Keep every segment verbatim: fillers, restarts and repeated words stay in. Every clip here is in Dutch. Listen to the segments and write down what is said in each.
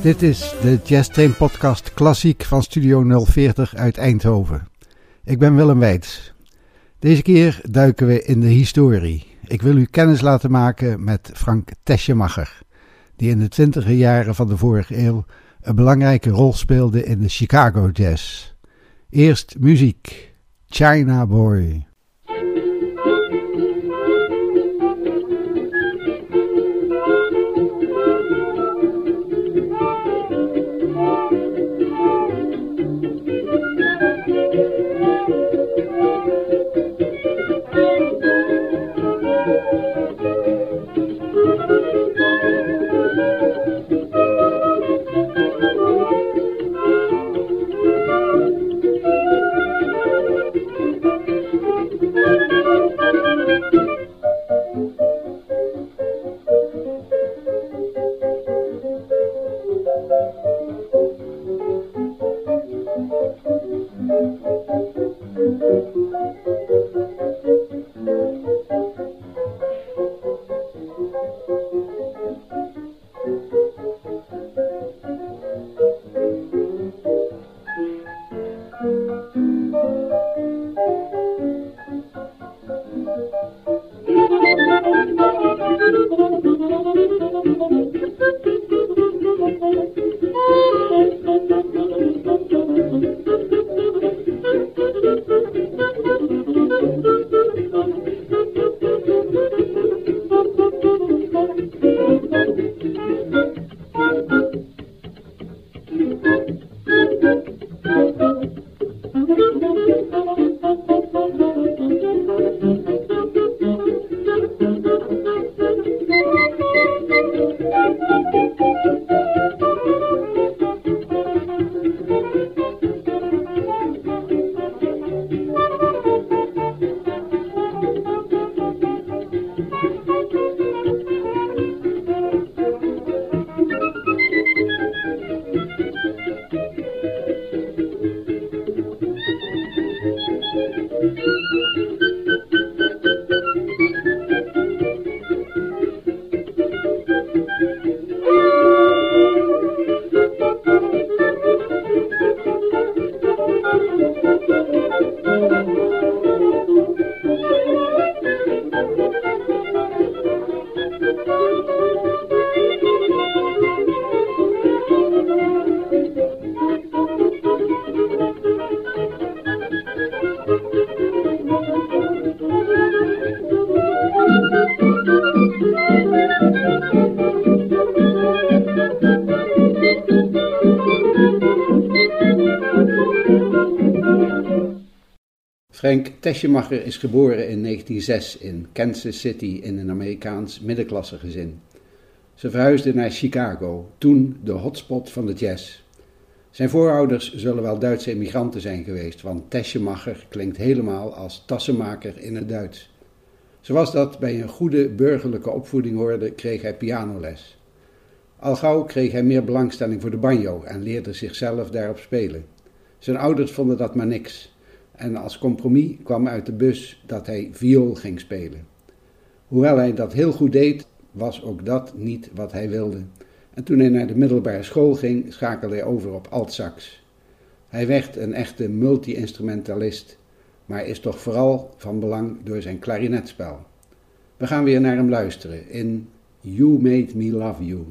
Dit is de Jazz Train Podcast Klassiek van Studio nul veertig uit Eindhoven. Ik ben Willem Weits. Deze keer duiken we in de historie. Ik wil u kennis laten maken met Frank Teschemacher, die in de twintiger jaren van de vorige eeuw een belangrijke rol speelde in de Chicago Jazz. Eerst muziek, China Boy. Frank Teschemacher is geboren in negentien zes in Kansas City in een Amerikaans middenklassegezin. Ze verhuisde naar Chicago, toen de hotspot van de jazz. Zijn voorouders zullen wel Duitse immigranten zijn geweest, want Teschemacher klinkt helemaal als tassenmaker in het Duits. Zoals dat bij een goede burgerlijke opvoeding hoorde, kreeg hij pianoles. Al gauw kreeg hij meer belangstelling voor de banjo en leerde zichzelf daarop spelen. Zijn ouders vonden dat maar niks. En als compromis kwam uit de bus dat hij viool ging spelen. Hoewel hij dat heel goed deed, was ook dat niet wat hij wilde. En toen hij naar de middelbare school ging, schakelde hij over op altsax. Hij werd een echte multi-instrumentalist, maar is toch vooral van belang door zijn klarinetspel. We gaan weer naar hem luisteren in You Made Me Love You.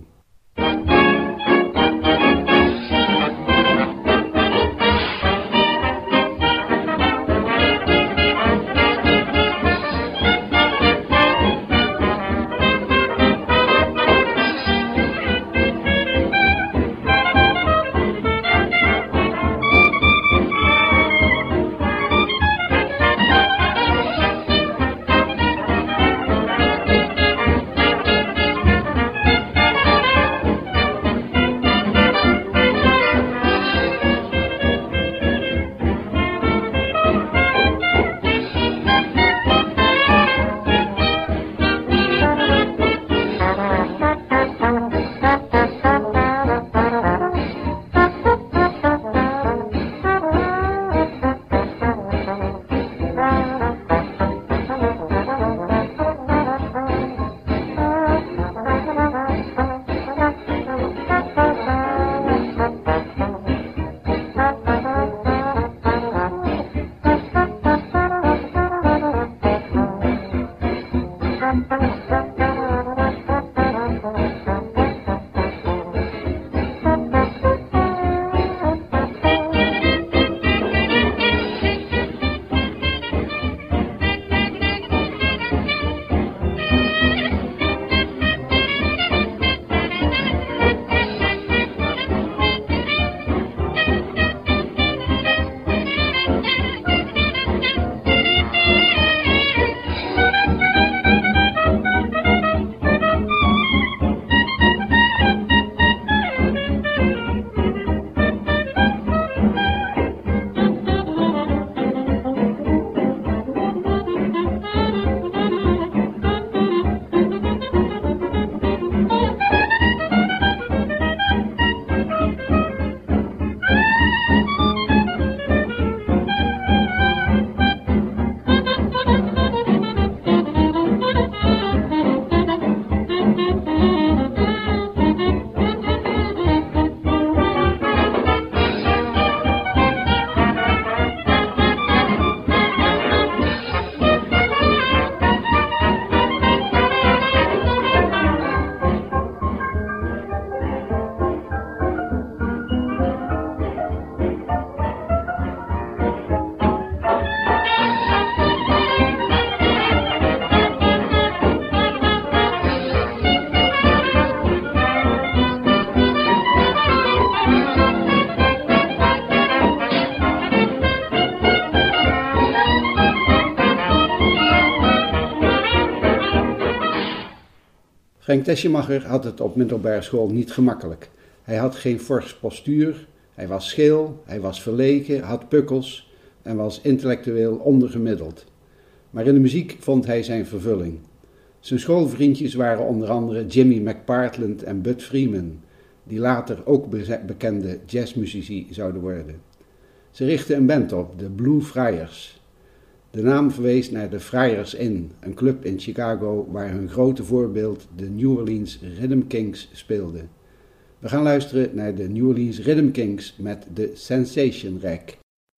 Frank Teschemacher had het op middelbare school niet gemakkelijk. Hij had geen fors postuur, hij was scheel, hij was verlegen, had pukkels en was intellectueel ondergemiddeld. Maar in de muziek vond hij zijn vervulling. Zijn schoolvriendjes waren onder andere Jimmy McPartland en Bud Freeman, die later ook bekende jazzmuzici zouden worden. Ze richtten een band op, de Blue Friars. De naam verwees naar de Friars Inn, een club in Chicago waar hun grote voorbeeld de New Orleans Rhythm Kings speelde. We gaan luisteren naar de New Orleans Rhythm Kings met de Sensation Rack.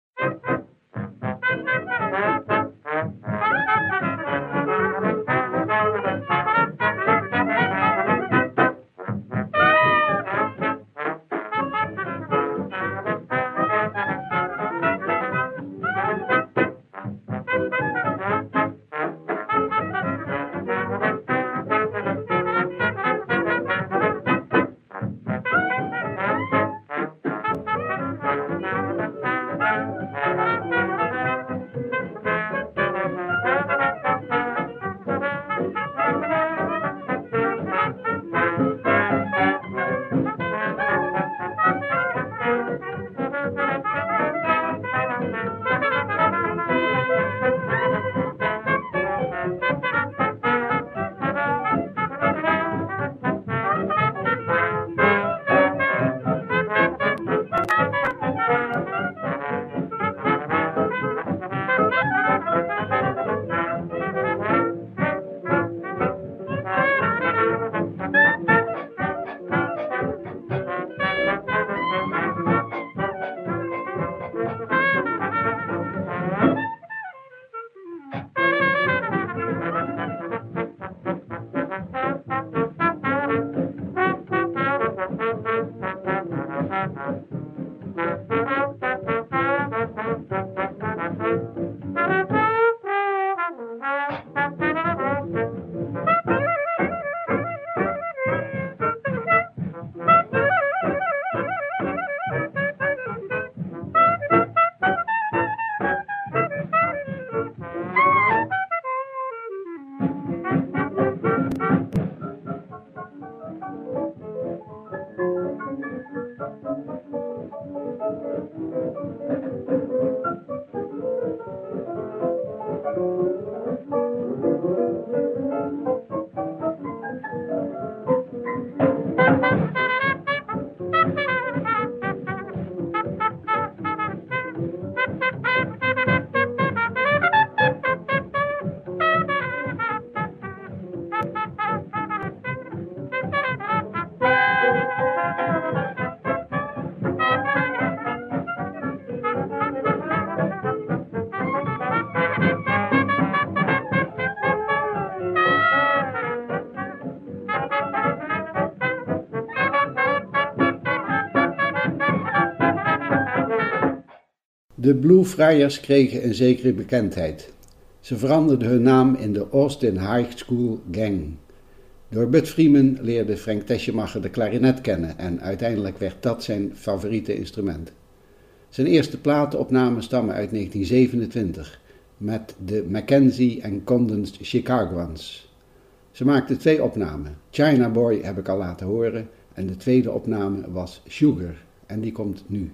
De Blue Friars kregen een zekere bekendheid. Ze veranderden hun naam in de Austin High School Gang. Door Bud Freeman leerde Frank Teschemacher de klarinet kennen en uiteindelijk werd dat zijn favoriete instrument. Zijn eerste platenopnamen stammen uit negentien zevenentwintig met de Mackenzie en Condens Chicagoans. Ze maakten twee opnamen. China Boy heb ik al laten horen en de tweede opname was Sugar en die komt nu.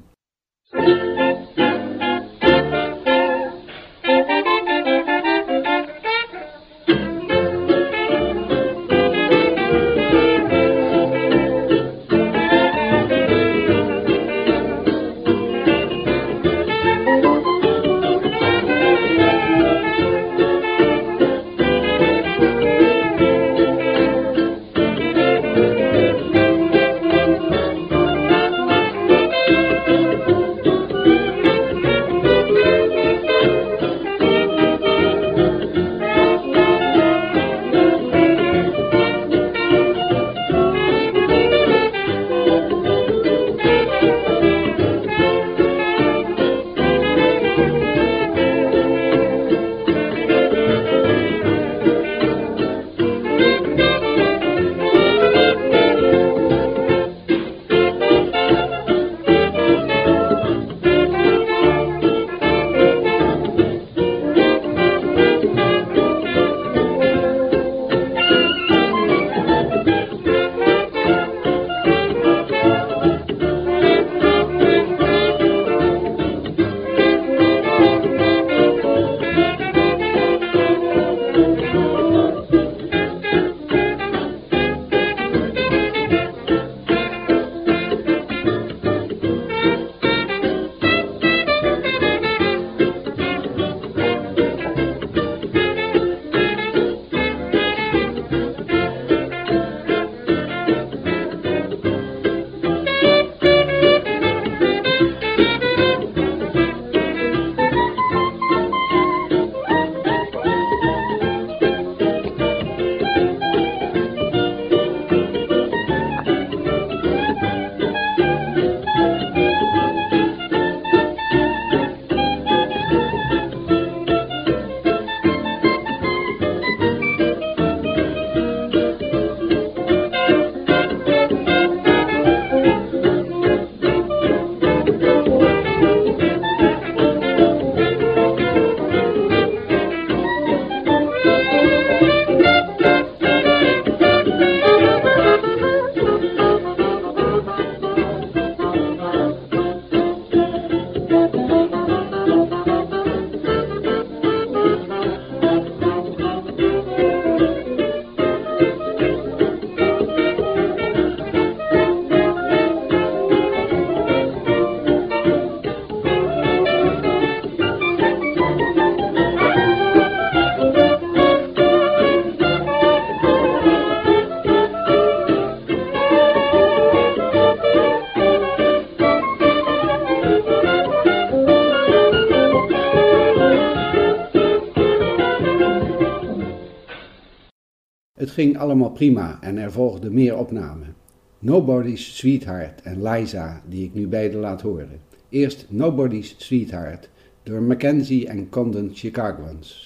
ging allemaal prima en er volgden meer opnamen. Nobody's Sweetheart en Liza, die ik nu beide laat horen. Eerst Nobody's Sweetheart door Mackenzie en Condon Chicagoans.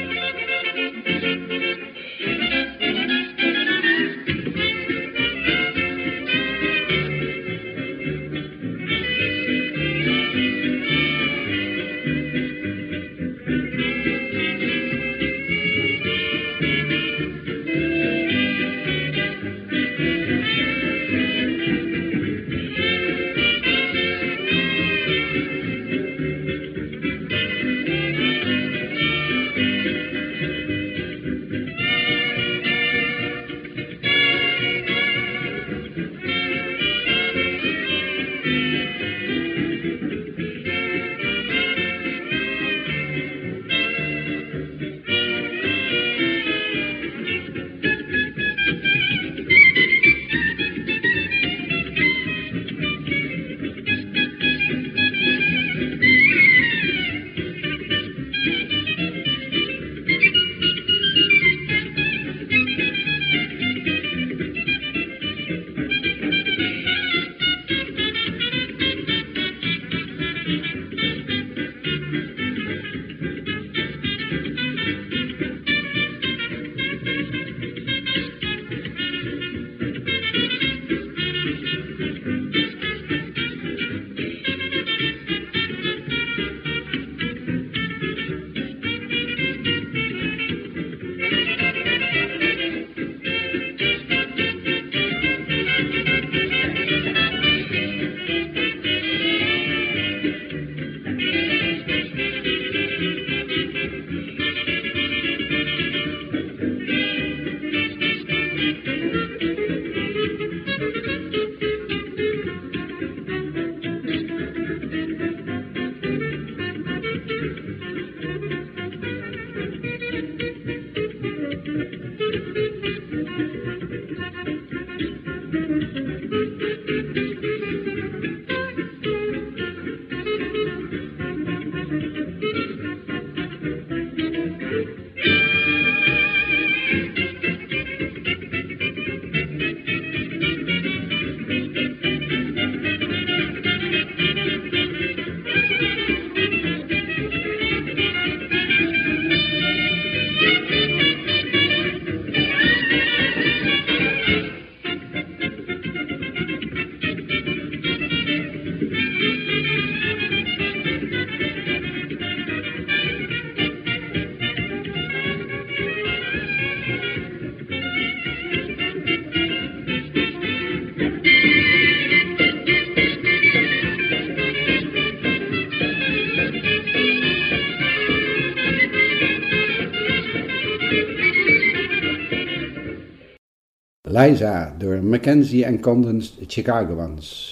Liza door Mackenzie en Condon Chicagoans.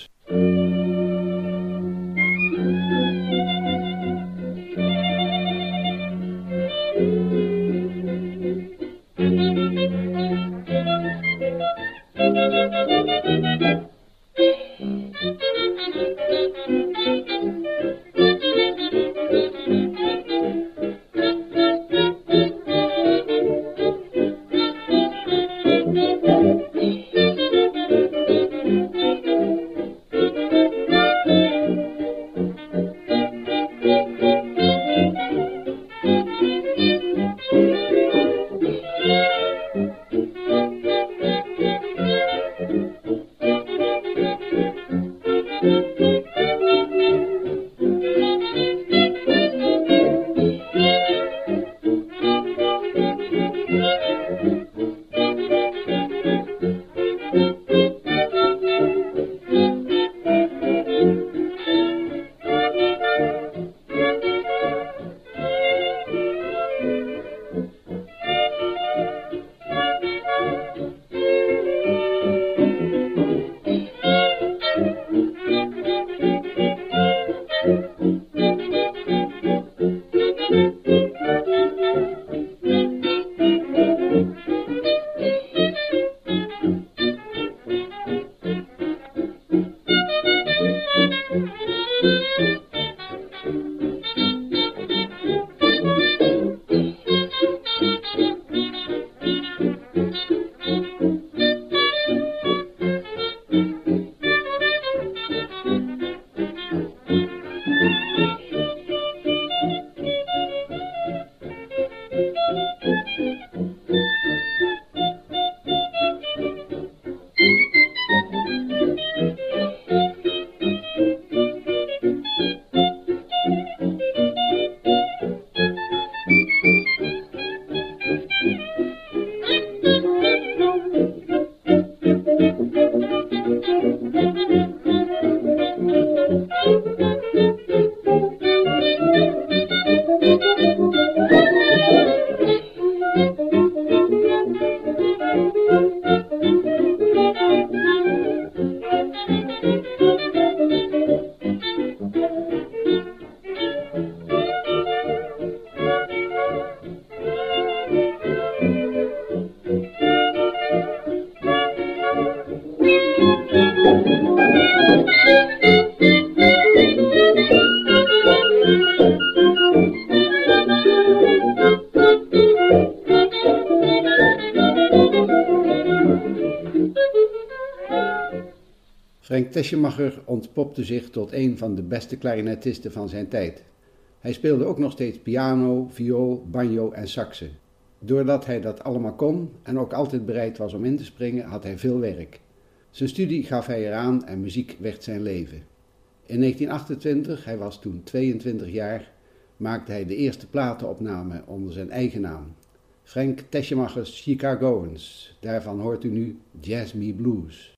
Frank Teschemacher ontpopte zich tot een van de beste klarinetisten van zijn tijd. Hij speelde ook nog steeds piano, viool, banjo en saxen. Doordat hij dat allemaal kon en ook altijd bereid was om in te springen, had hij veel werk. Zijn studie gaf hij eraan en muziek werd zijn leven. In negentien achtentwintig, hij was toen tweeëntwintig jaar, maakte hij de eerste platenopname onder zijn eigen naam. Frank Teschemacher's Chicagoans. Daarvan hoort u nu Jazz Me Blues.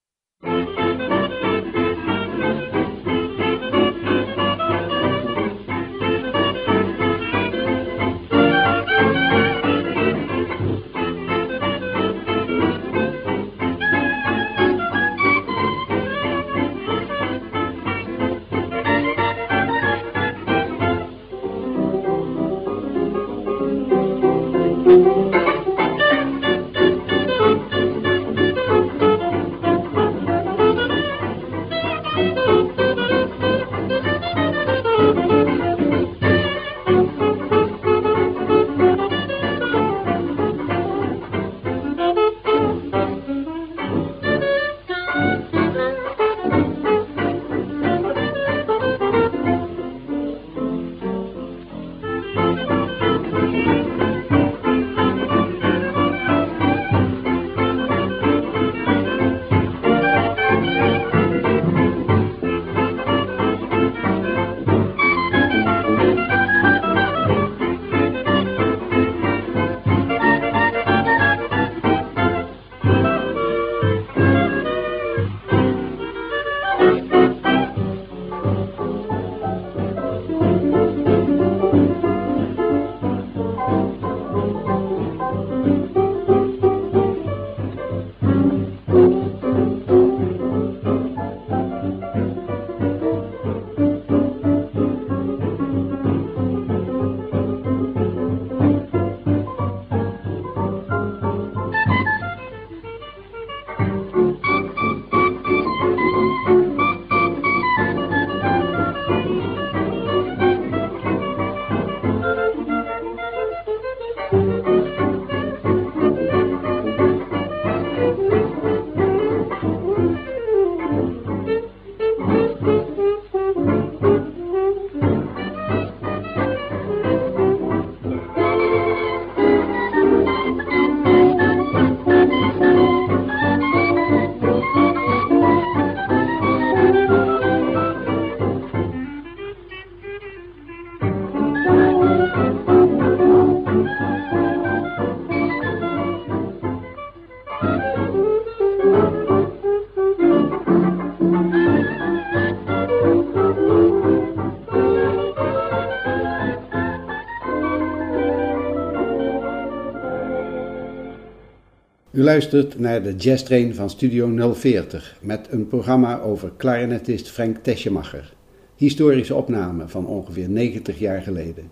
U luistert naar de Jazz Train van Studio nul veertig met een programma over klarinetist Frank Teschemacher. Historische opname van ongeveer negentig jaar geleden.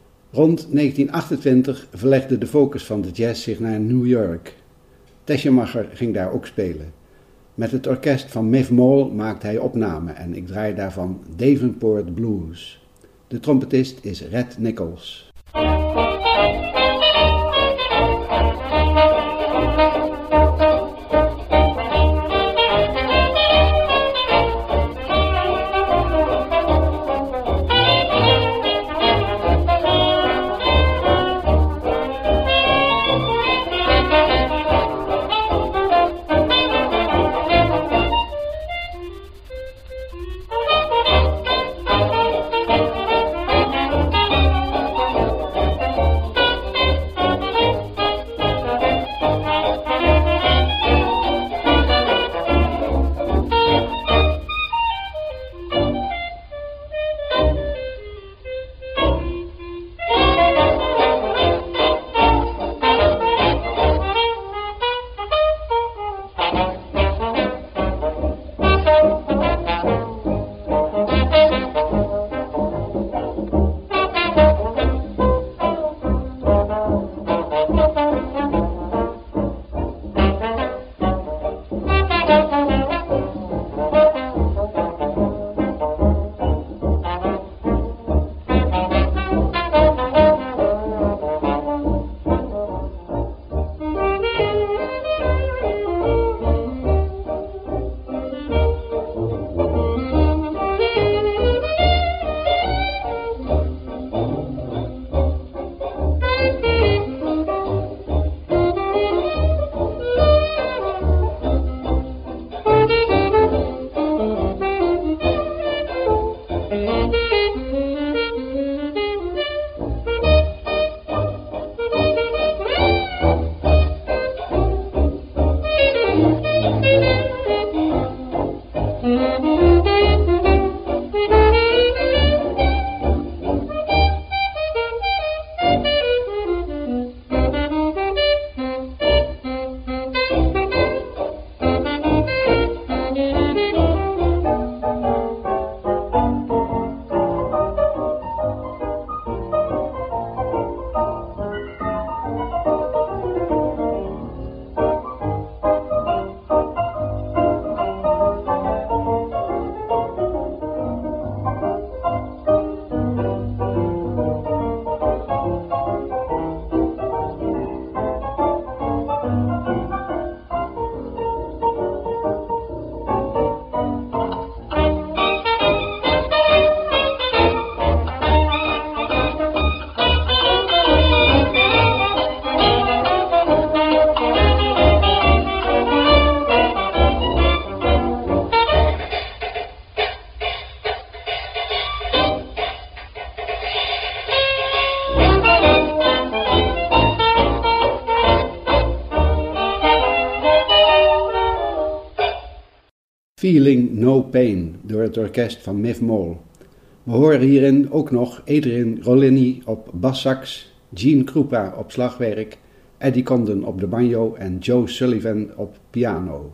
Rond negentien achtentwintig verlegde de focus van de jazz zich naar New York. Teschemacher ging daar ook spelen. Met het orkest van Miff Mole maakte hij opnamen en ik draai daarvan Davenport Blues. De trompetist is Red Nichols. Feeling No Pain door het orkest van Miff Mole. We horen hierin ook nog Adrian Rollini op bassax, Gene Krupa op slagwerk, Eddie Condon op de banjo en Joe Sullivan op piano.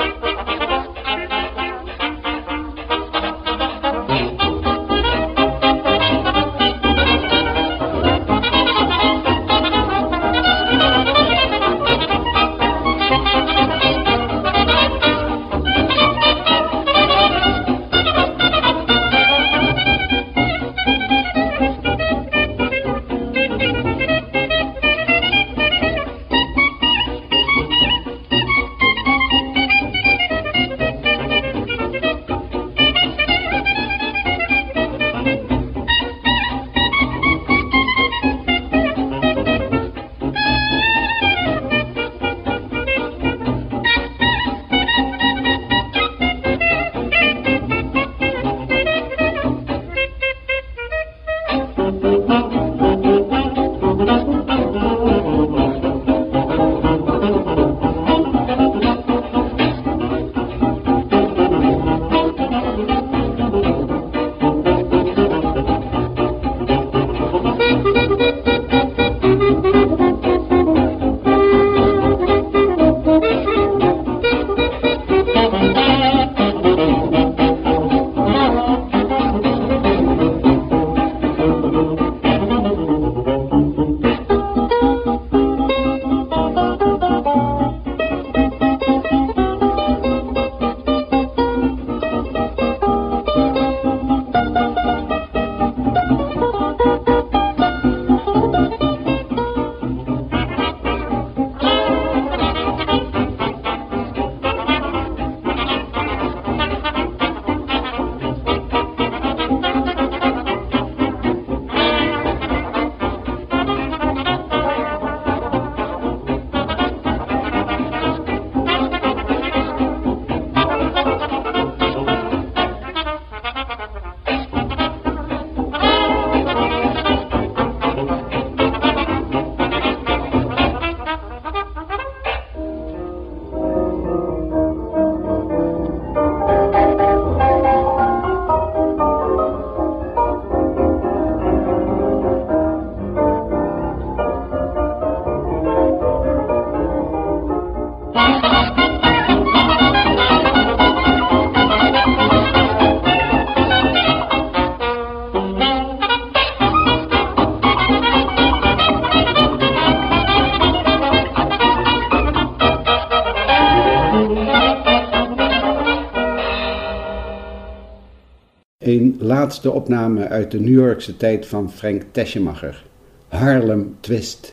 Een laatste opname uit de New Yorkse tijd van Frank Teschemacher, Harlem Twist.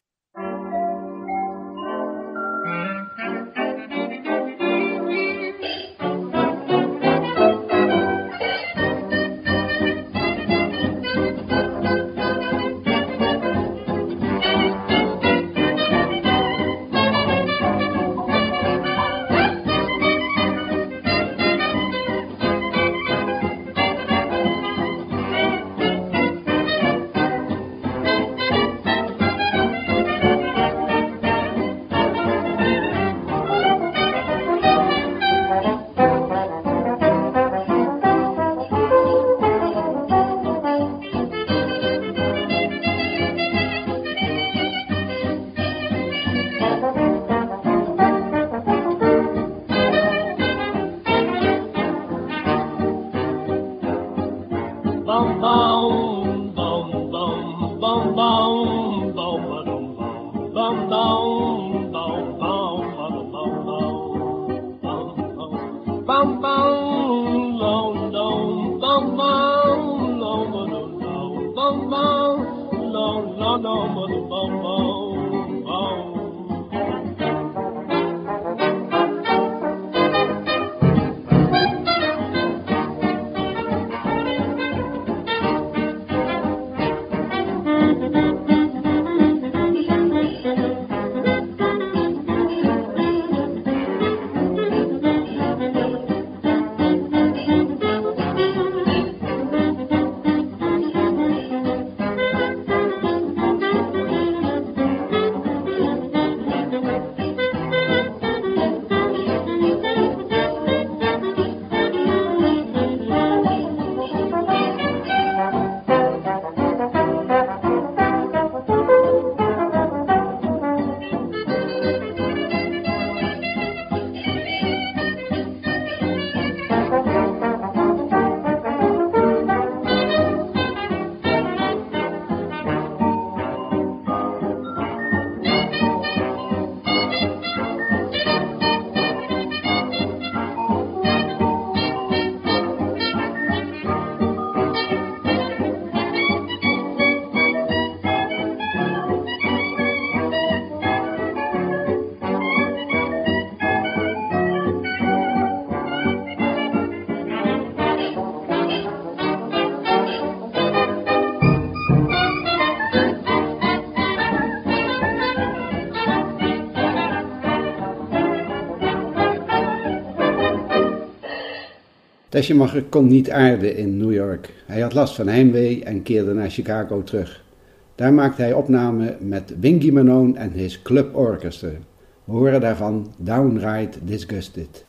Teschemacher kon niet aarden in New York. Hij had last van heimwee en keerde naar Chicago terug. Daar maakte hij opnamen met Wingy Manone en his Club Orchestra. We horen daarvan Downright Disgusted.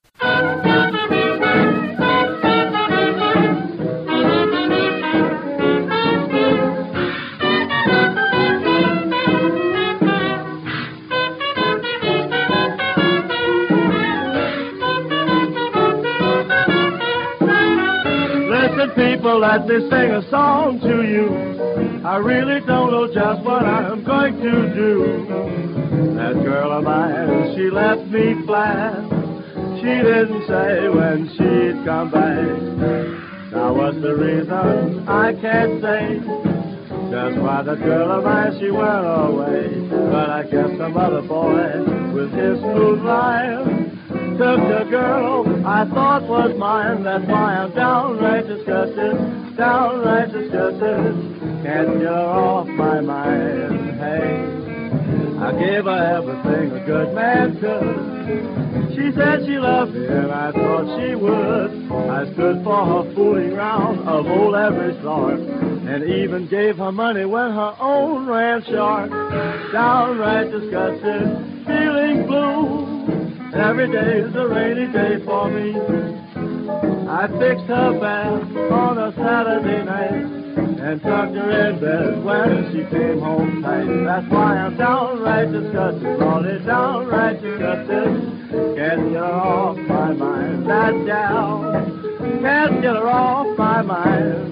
People, let me sing a song to you. I really don't know just what I'm going to do. That girl of mine, she left me flat. She didn't say when she'd come back. Now what's the reason? I can't say. Just why that girl of mine, she went away. But I guess some other boy with his smooth line took the girl I thought was mine. That's why I'm downright disgusted, downright disgusted. Can't get her off my mind. Hey, I gave her everything a good man could. She said she loved me and I thought she would. I stood for her fooling round of old every sort, and even gave her money when her own ran short. Downright disgusted, feeling blue. Every day is a rainy day for me. I fixed her bath on a Saturday night and tucked her in bed when she came home tight. That's why I'm downright disgusted, Lordy, downright disgusted. Can't get her off my mind, that gal. Can't get her off my mind.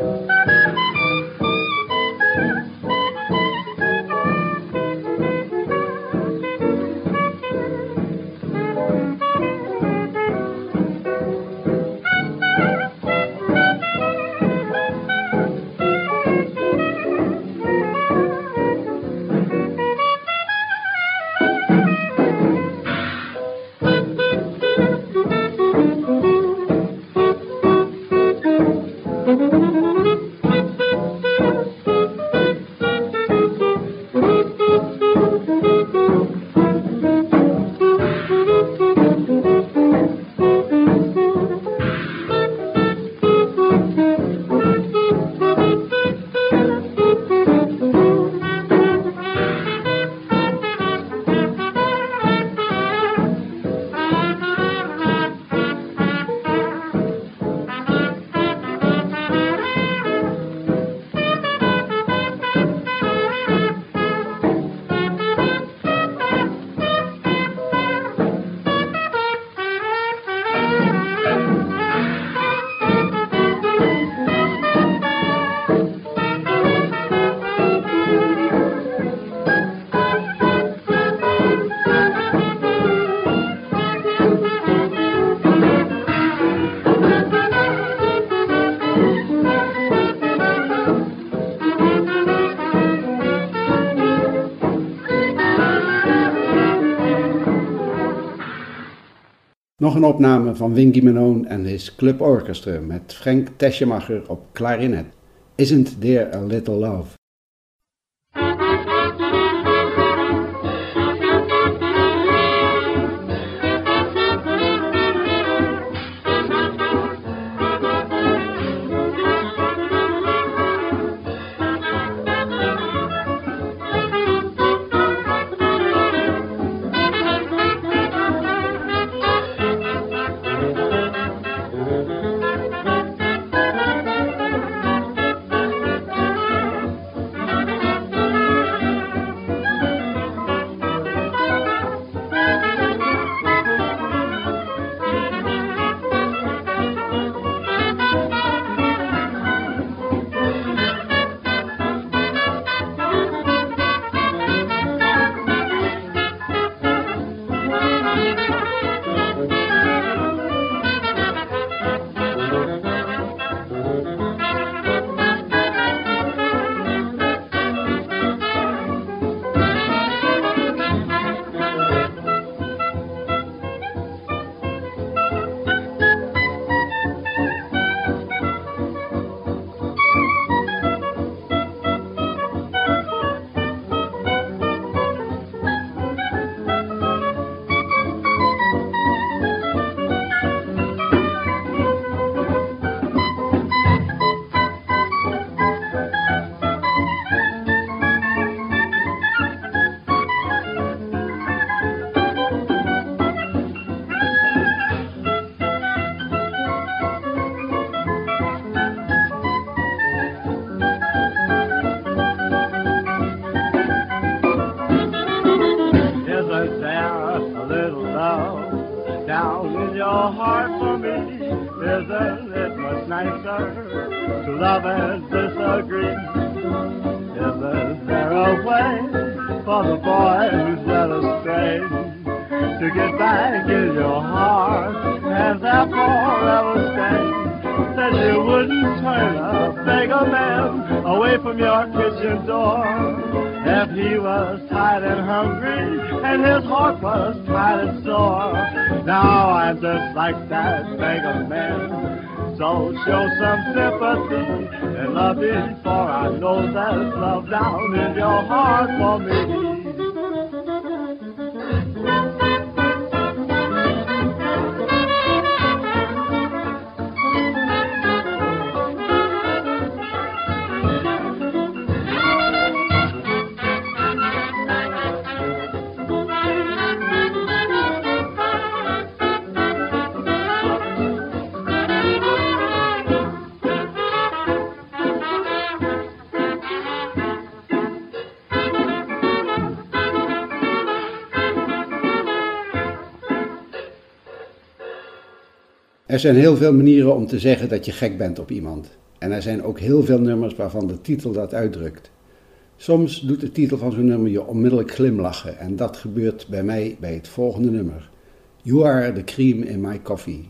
Nog een opname van Wingy Manone en his Club Orchestra met Frank Teschemacher op klarinet. Isn't There a Little Love? nicer to love and disagree. Isn't there a way for the boy who's led astray to get back in your heart and there forever stay? Said you wouldn't turn a beggar man away from your kitchen door if he was tired and hungry and his heart was tired and sore. Now I'm just like that beggar man, so show some sympathy and love me, for I know there's love down in your heart for me. Er zijn heel veel manieren om te zeggen dat je gek bent op iemand. En er zijn ook heel veel nummers waarvan de titel dat uitdrukt. Soms doet de titel van zo'n nummer je onmiddellijk glimlachen. En dat gebeurt bij mij bij het volgende nummer. You are the cream in my coffee.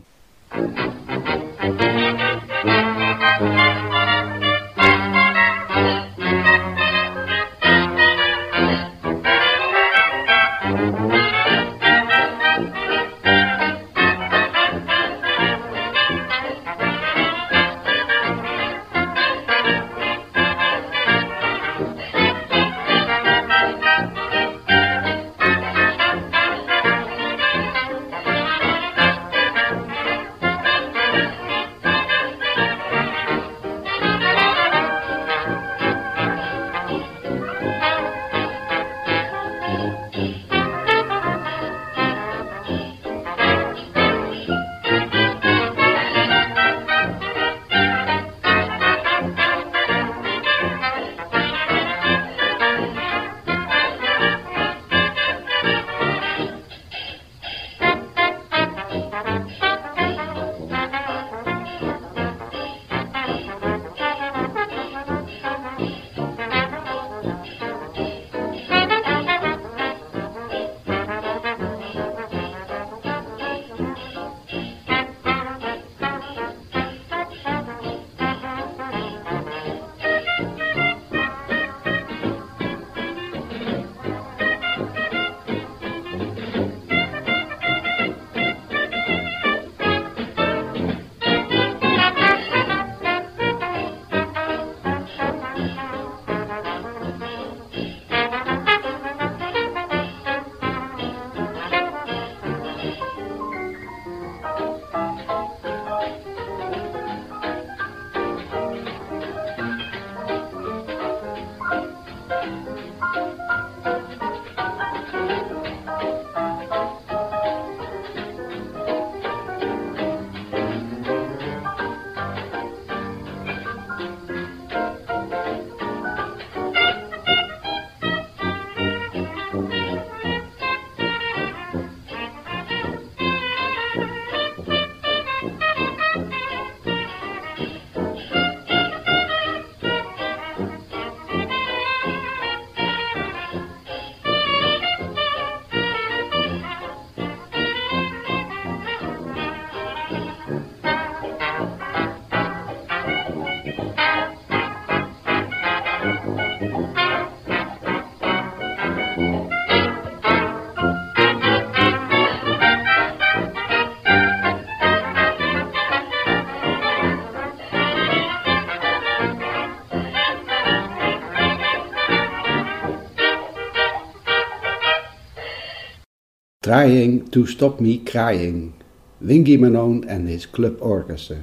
Trying to Stop Me Crying, Wingy Manone and his Club Orchestra.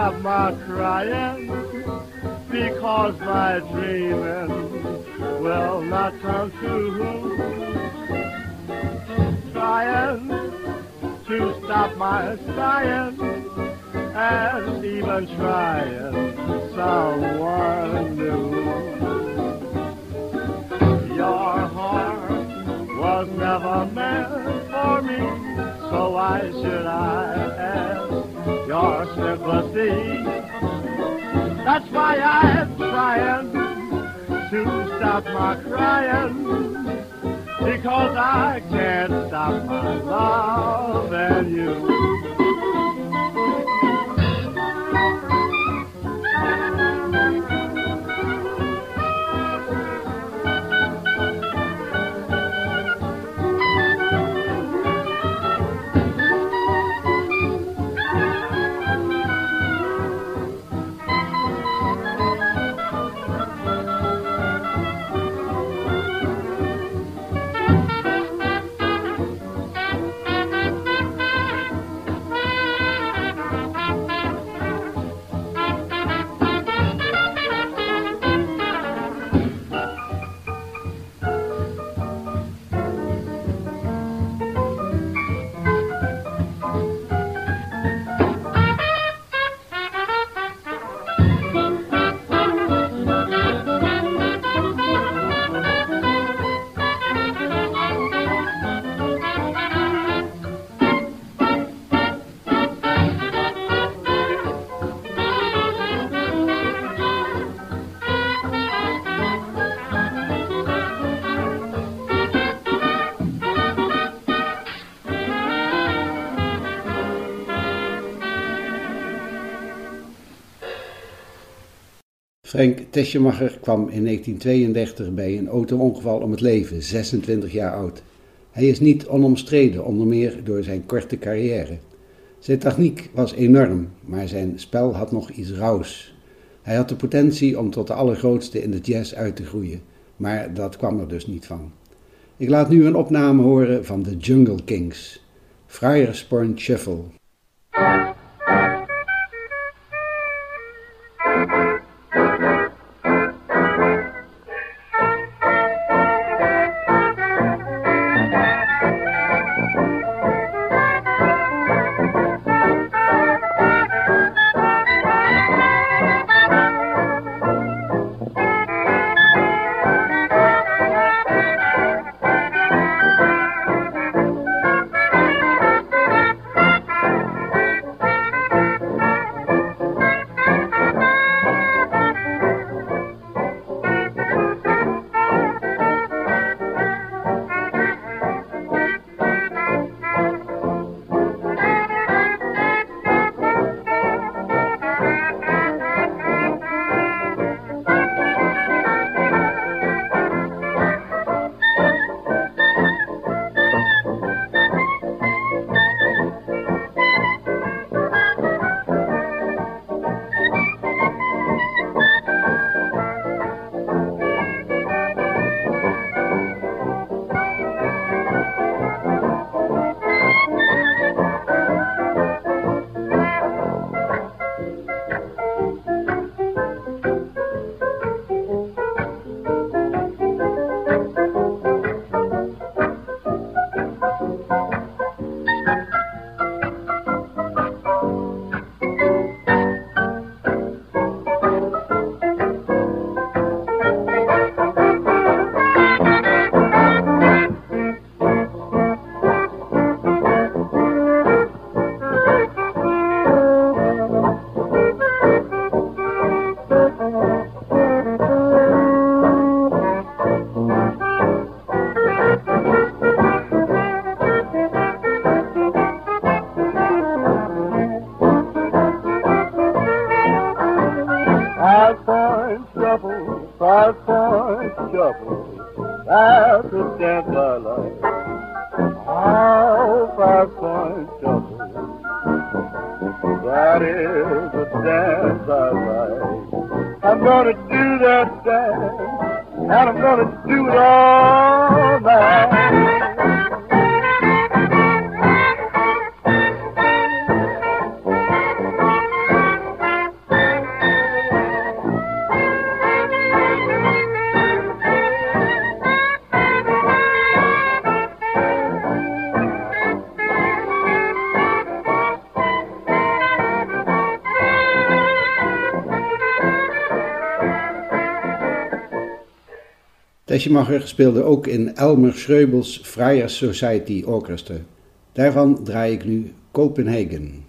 stop my crying, because my dreaming will not come true. Trying to stop my sighing, and even trying someone new. Your heart was never meant for me, so why should I ask your sympathy? That's why I'm trying to stop my crying, because I can't stop my loving you. Frank Teschemacher kwam in negentien tweeëndertig bij een auto-ongeval om het leven, zesentwintig jaar oud. Hij is niet onomstreden, onder meer door zijn korte carrière. Zijn techniek was enorm, maar zijn spel had nog iets rauws. Hij had de potentie om tot de allergrootste in de jazz uit te groeien, maar dat kwam er dus niet van. Ik laat nu een opname horen van de Jungle Kings, Friars Point Shuffle. Five-point shuffle, that's the dance I like. Oh, five-point shuffle, that is the dance I like. I'm gonna do that dance, and I'm gonna do it all night. Teschmacher speelde ook in Elmer Schreubels Friars Society Orchestra. Daarvan draai ik nu Copenhagen.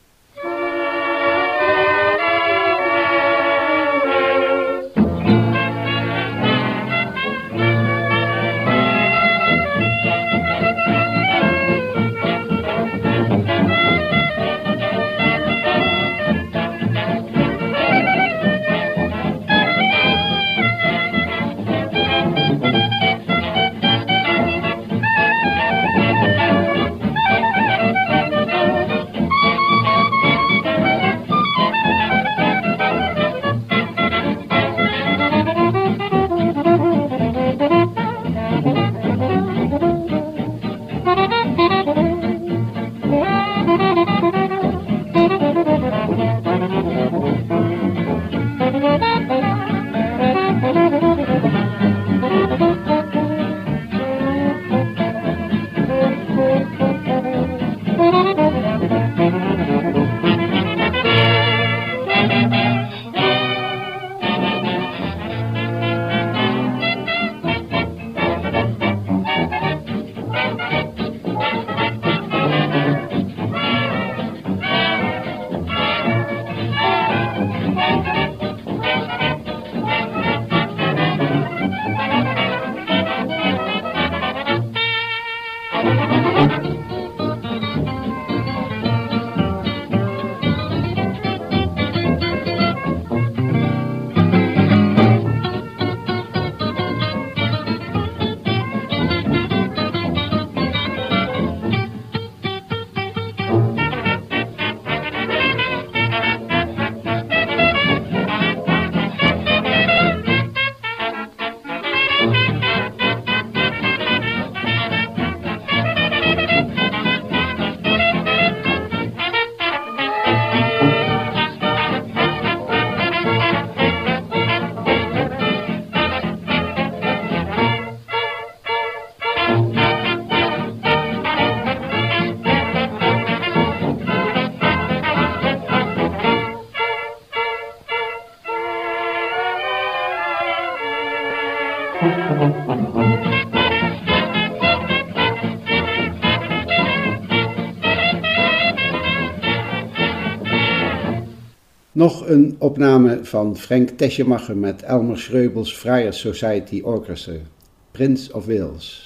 Nog een opname van Frank Teschmacher met Elmer Schreubels Friars Society Orchestra, Prince of Wales.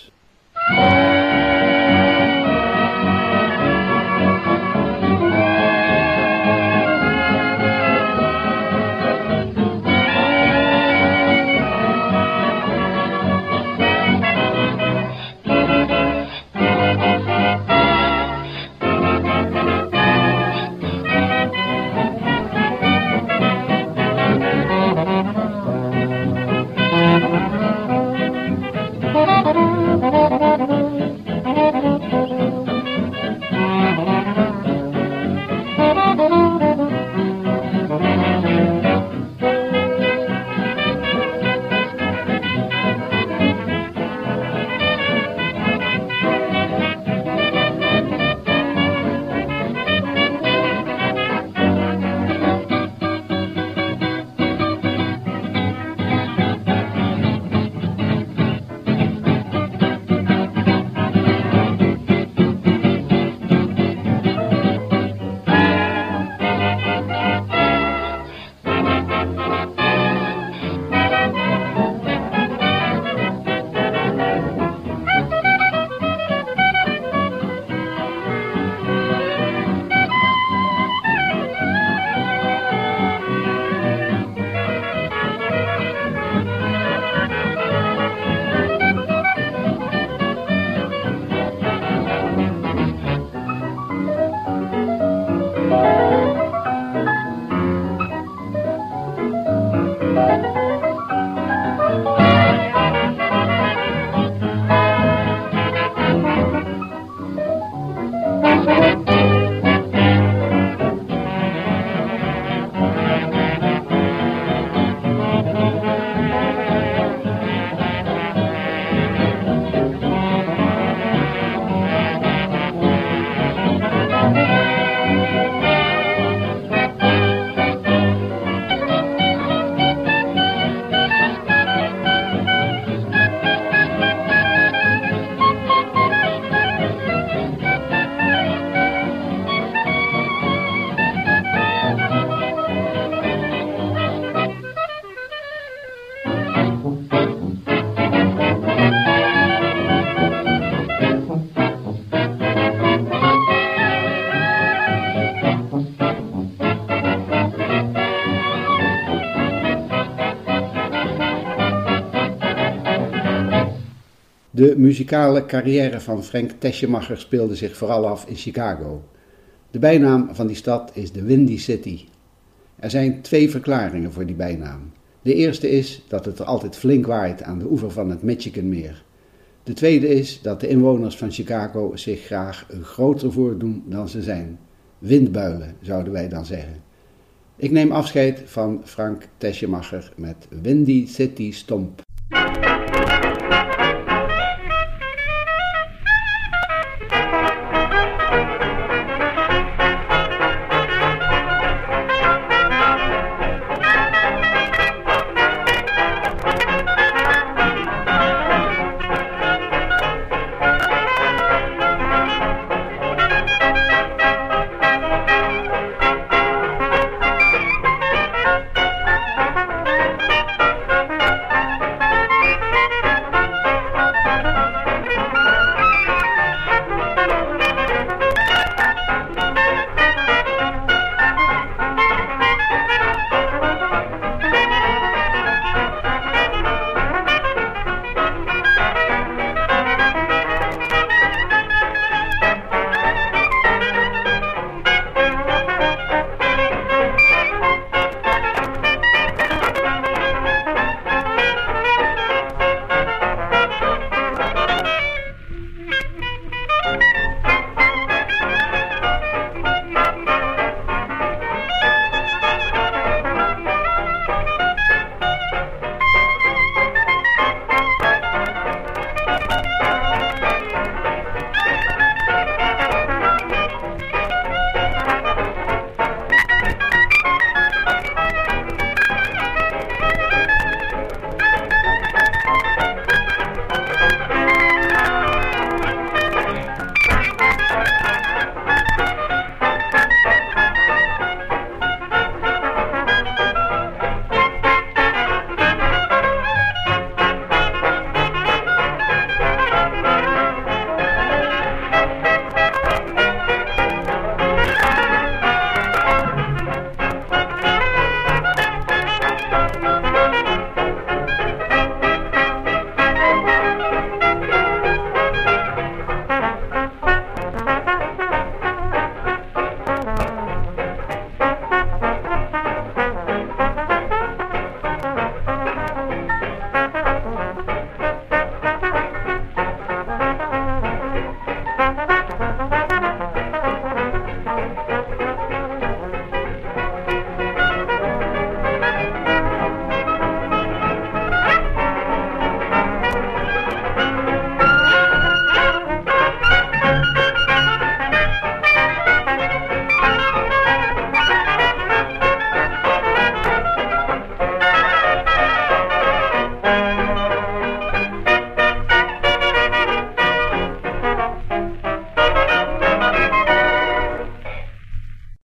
De muzikale carrière van Frank Teschemacher speelde zich vooral af in Chicago. De bijnaam van die stad is de Windy City. Er zijn twee verklaringen voor die bijnaam. De eerste is dat het er altijd flink waait aan de oever van het Michiganmeer. De tweede is dat de inwoners van Chicago zich graag groter voordoen dan ze zijn. Windbuilen, zouden wij dan zeggen. Ik neem afscheid van Frank Teschemacher met Windy City Stomp.